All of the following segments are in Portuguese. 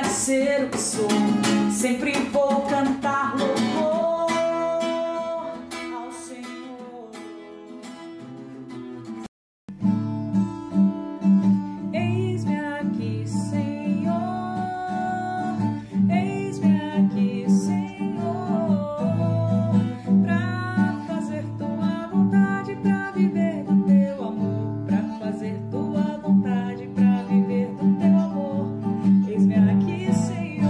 ser o que sou, sempre vou cantar louvor ao Senhor. Eis-me aqui, Senhor, eis-me aqui, Senhor, pra fazer tua vontade, pra viver do teu amor, pra fazer tua vontade, pra viver do teu amor. Eis-me aqui, Senhor.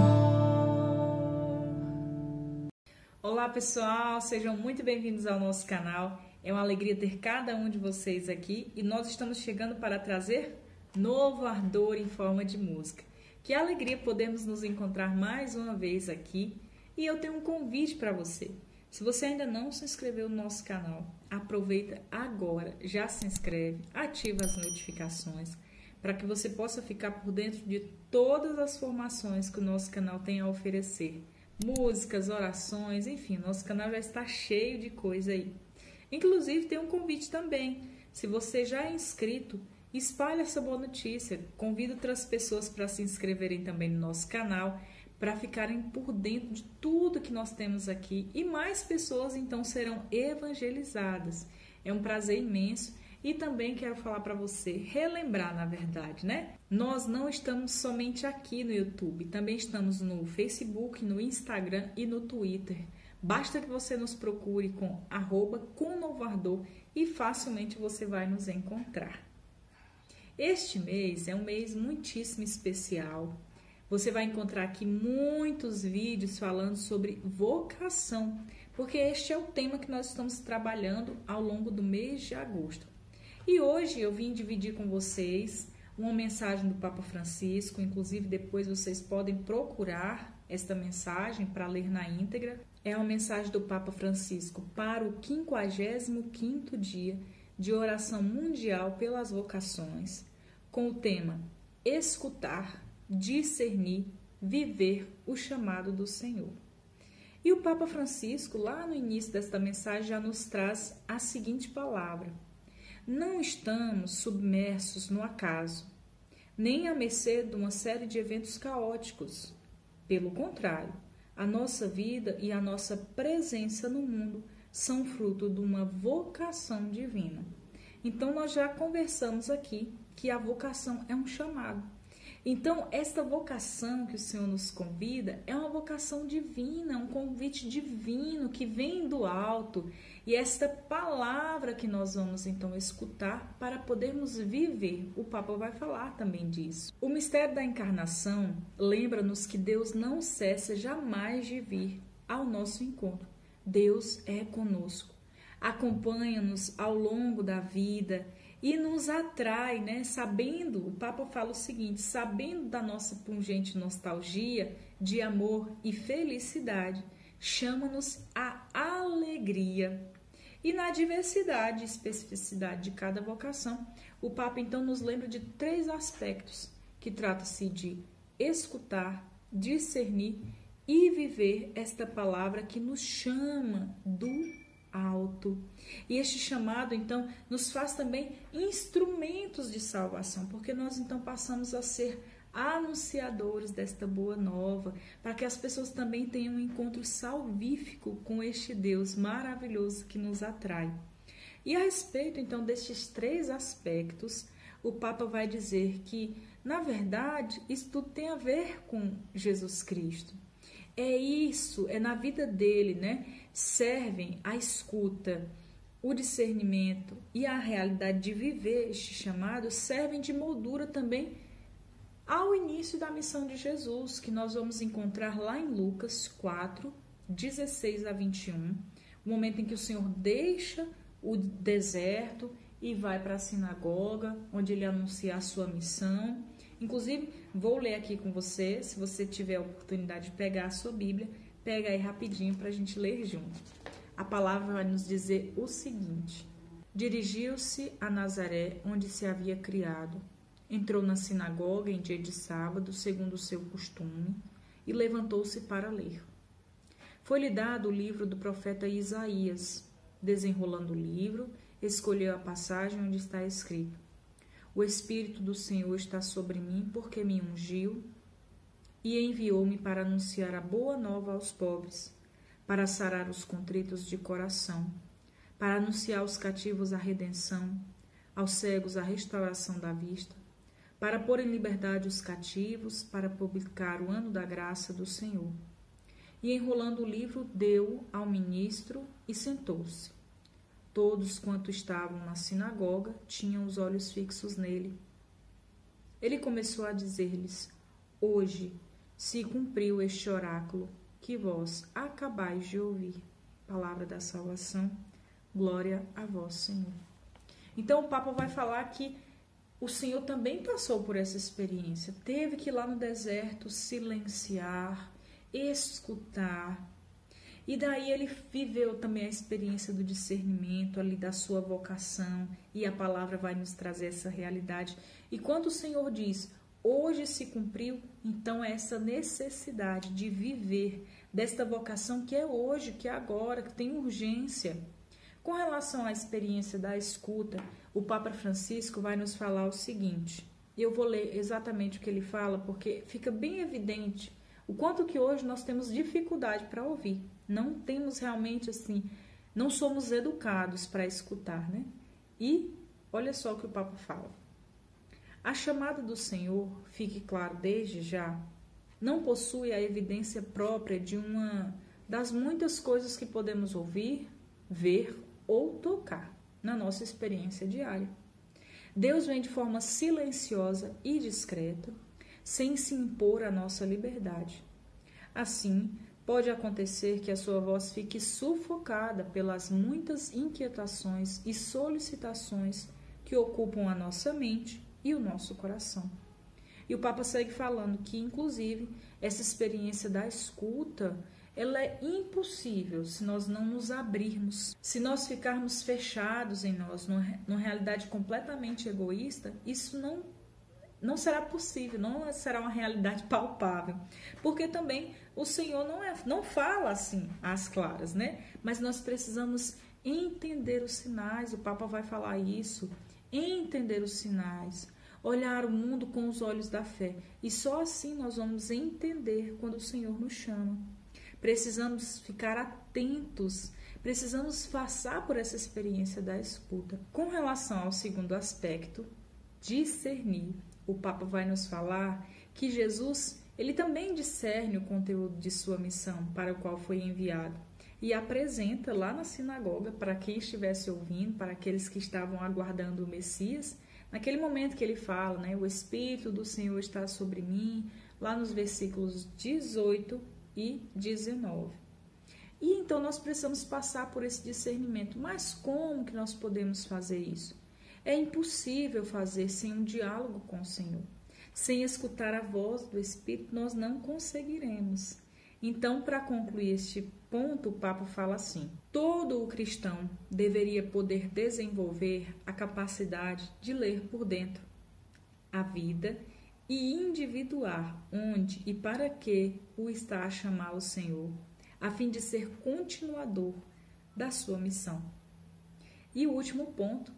Olá, pessoal, sejam muito bem-vindos ao nosso canal. É uma alegria ter cada um de vocês aqui e nós estamos chegando para trazer novo ardor em forma de música. Que alegria podermos nos encontrar mais uma vez aqui. E eu tenho um convite para você. Se você ainda não se inscreveu no nosso canal, aproveita agora, já se inscreve, ativa as notificações para que você possa ficar por dentro de todas as formações que o nosso canal tem a oferecer. Músicas, orações, enfim, nosso canal já está cheio de coisa aí. Inclusive tem um convite também. Se você já é inscrito, espalhe essa boa notícia. Convido outras pessoas para se inscreverem também no nosso canal, para ficarem por dentro de tudo que nós temos aqui. E mais pessoas então serão evangelizadas. É um prazer imenso. E também quero falar para você, relembrar na verdade, né? Nós não estamos somente aqui no YouTube, também estamos no Facebook, no Instagram e no Twitter. Basta que você nos procure com @comnovardor e facilmente você vai nos encontrar. Este mês é um mês muitíssimo especial. Você vai encontrar aqui muitos vídeos falando sobre vocação, porque este é o tema que nós estamos trabalhando ao longo do mês de agosto. E hoje eu vim dividir com vocês uma mensagem do Papa Francisco, inclusive depois vocês podem procurar esta mensagem para ler na íntegra. É uma mensagem do Papa Francisco para o 55º dia de oração mundial pelas vocações, com o tema Escutar, Discernir, Viver o chamado do Senhor. E o Papa Francisco, lá no início desta mensagem, já nos traz a seguinte palavra: não estamos submersos no acaso, nem à mercê de uma série de eventos caóticos. Pelo contrário, a nossa vida e a nossa presença no mundo são fruto de uma vocação divina. Então, nós já conversamos aqui que a vocação é um chamado. Então, esta vocação que o Senhor nos convida é uma vocação divina, um convite divino que vem do alto. E esta palavra que nós vamos então escutar para podermos viver, o Papa vai falar também disso. O mistério da encarnação lembra-nos que Deus não cessa jamais de vir ao nosso encontro. Deus é conosco, acompanha-nos ao longo da vida e nos atrai, né? Sabendo, o Papa fala o seguinte, sabendo da nossa pungente nostalgia de amor e felicidade, chama-nos à alegria. E na diversidade e especificidade de cada vocação, o Papa então nos lembra de 3 aspectos, que trata-se de escutar, discernir e viver esta palavra que nos chama do alto. E este chamado, então, nos faz também instrumentos de salvação, porque nós, então, passamos a ser anunciadores desta boa nova, para que as pessoas também tenham um encontro salvífico com este Deus maravilhoso que nos atrai. E a respeito, então, destes 3 aspectos, o Papa vai dizer que, na verdade, isso tudo tem a ver com Jesus Cristo. É isso, é na vida dele, né? Servem a escuta, o discernimento e a realidade de viver este chamado, servem de moldura também ao início da missão de Jesus, que nós vamos encontrar lá em Lucas 4, 16 a 21, o momento em que o Senhor deixa o deserto e vai para a sinagoga, onde ele anuncia a sua missão. Inclusive, vou ler aqui com você, se você tiver a oportunidade de pegar a sua Bíblia, pega aí rapidinho para a gente ler junto. A palavra vai nos dizer o seguinte: dirigiu-se a Nazaré, onde se havia criado. Entrou na sinagoga em dia de sábado, segundo o seu costume, e levantou-se para ler. Foi-lhe dado o livro do profeta Isaías. Desenrolando o livro, escolheu a passagem onde está escrito: O Espírito do Senhor está sobre mim, porque me ungiu e enviou-me para anunciar a boa nova aos pobres, para sarar os contritos de coração, para anunciar aos cativos a redenção, aos cegos a restauração da vista, para pôr em liberdade os cativos, para publicar o ano da graça do Senhor. E enrolando o livro, deu ao ministro e sentou-se. Todos quanto estavam na sinagoga tinham os olhos fixos nele. Ele começou a dizer-lhes: hoje se cumpriu este oráculo que vós acabais de ouvir. Palavra da salvação, glória a vós, Senhor. Então o Papa vai falar que o Senhor também passou por essa experiência. Teve que ir lá no deserto silenciar, escutar. E daí ele viveu também a experiência do discernimento ali da sua vocação. E a palavra vai nos trazer essa realidade. E quando o Senhor diz, hoje se cumpriu, então é essa necessidade de viver desta vocação que é hoje, que é agora, que tem urgência. Com relação à experiência da escuta, o Papa Francisco vai nos falar o seguinte. Eu vou ler exatamente o que ele fala, porque fica bem evidente o quanto que hoje nós temos dificuldade para ouvir. Não temos realmente assim, não somos educados para escutar, né? E olha só o que o Papa fala. A chamada do Senhor, fique claro desde já, não possui a evidência própria de uma das muitas coisas que podemos ouvir, ver ou tocar na nossa experiência diária. Deus vem de forma silenciosa e discreta, sem se impor à nossa liberdade. Assim, pode acontecer que a sua voz fique sufocada pelas muitas inquietações e solicitações que ocupam a nossa mente e o nosso coração. E o Papa segue falando que, inclusive, essa experiência da escuta, ela é impossível se nós não nos abrirmos. Se nós ficarmos fechados em nós, numa realidade completamente egoísta, isso não será possível, não será uma realidade palpável. Porque também o Senhor não fala assim às claras, né? Mas nós precisamos entender os sinais, o Papa vai falar isso, entender os sinais, olhar o mundo com os olhos da fé. E só assim nós vamos entender quando o Senhor nos chama. Precisamos ficar atentos, precisamos passar por essa experiência da escuta. Com relação ao segundo aspecto, discernir, o Papa vai nos falar que Jesus, ele também discerne o conteúdo de sua missão para o qual foi enviado e apresenta lá na sinagoga para quem estivesse ouvindo, para aqueles que estavam aguardando o Messias, naquele momento que ele fala, né, o Espírito do Senhor está sobre mim, lá nos versículos 18 e 19. E então nós precisamos passar por esse discernimento. Mas como que nós podemos fazer isso? É impossível fazer sem um diálogo com o Senhor. Sem escutar a voz do Espírito, nós não conseguiremos. Então, para concluir este ponto, o Papa fala assim: todo o cristão deveria poder desenvolver a capacidade de ler por dentro a vida e individuar onde e para que o está a chamar o Senhor, a fim de ser continuador da sua missão. E o último ponto,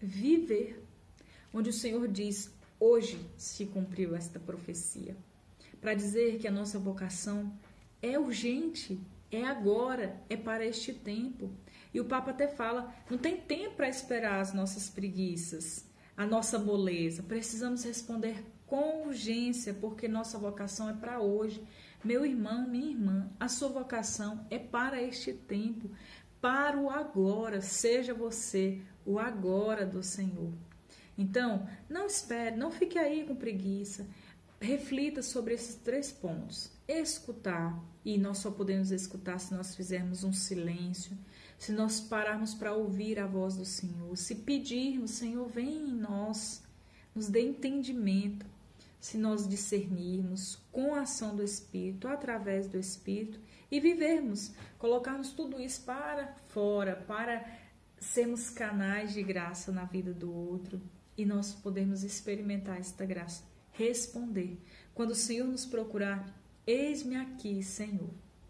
viver, onde o Senhor diz, hoje se cumpriu esta profecia, para dizer que a nossa vocação é urgente, é agora, é para este tempo. E o Papa até fala, não tem tempo para esperar as nossas preguiças, a nossa moleza, precisamos responder com urgência, porque nossa vocação é para hoje. Meu irmão, minha irmã, a sua vocação é para este tempo, para o agora. Seja você o agora do Senhor. Então, não espere, não fique aí com preguiça. Reflita sobre esses 3 pontos. Escutar, e nós só podemos escutar se nós fizermos um silêncio, se nós pararmos para ouvir a voz do Senhor, se pedirmos, Senhor, vem em nós, nos dê entendimento, se nós discernirmos com a ação do Espírito, através do Espírito, e vivermos, colocarmos tudo isso para fora, para sermos canais de graça na vida do outro, e nós podemos experimentar esta graça, responder. Quando o Senhor nos procurar, eis-me aqui, Senhor.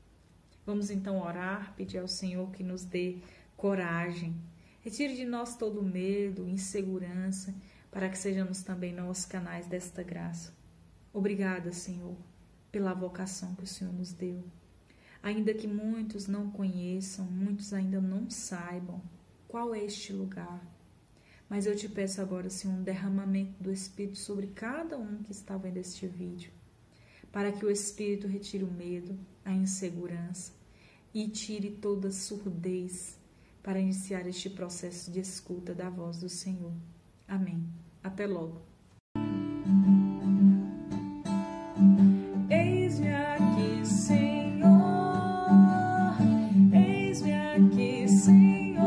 Vamos então orar, pedir ao Senhor que nos dê coragem, retire de nós todo medo, insegurança, para que sejamos também nós canais desta graça. Obrigada, Senhor. pela vocação que o Senhor nos deu. Ainda que muitos não conheçam, muitos ainda não saibam qual é este lugar. Mas eu te peço agora, Senhor, um derramamento do Espírito sobre cada um que está vendo este vídeo, para que o Espírito retire o medo, a insegurança e tire toda surdez para iniciar este processo de escuta da voz do Senhor. Amém. Até logo. Eis-me aqui, Senhor. Eis-me aqui, Senhor,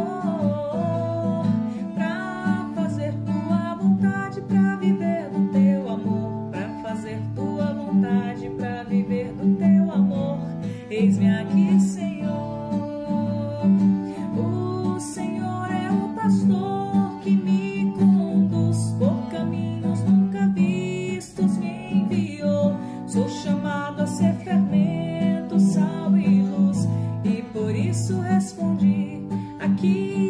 para fazer tua vontade, para viver do teu amor, para fazer tua vontade, para viver do teu amor. Eis-me aqui, Senhor. O Senhor é o pastor que me conduz por caminhos nunca vistos, me enviou. Sou chamado a ser fermento, sal e luz, e por isso respondi: aqui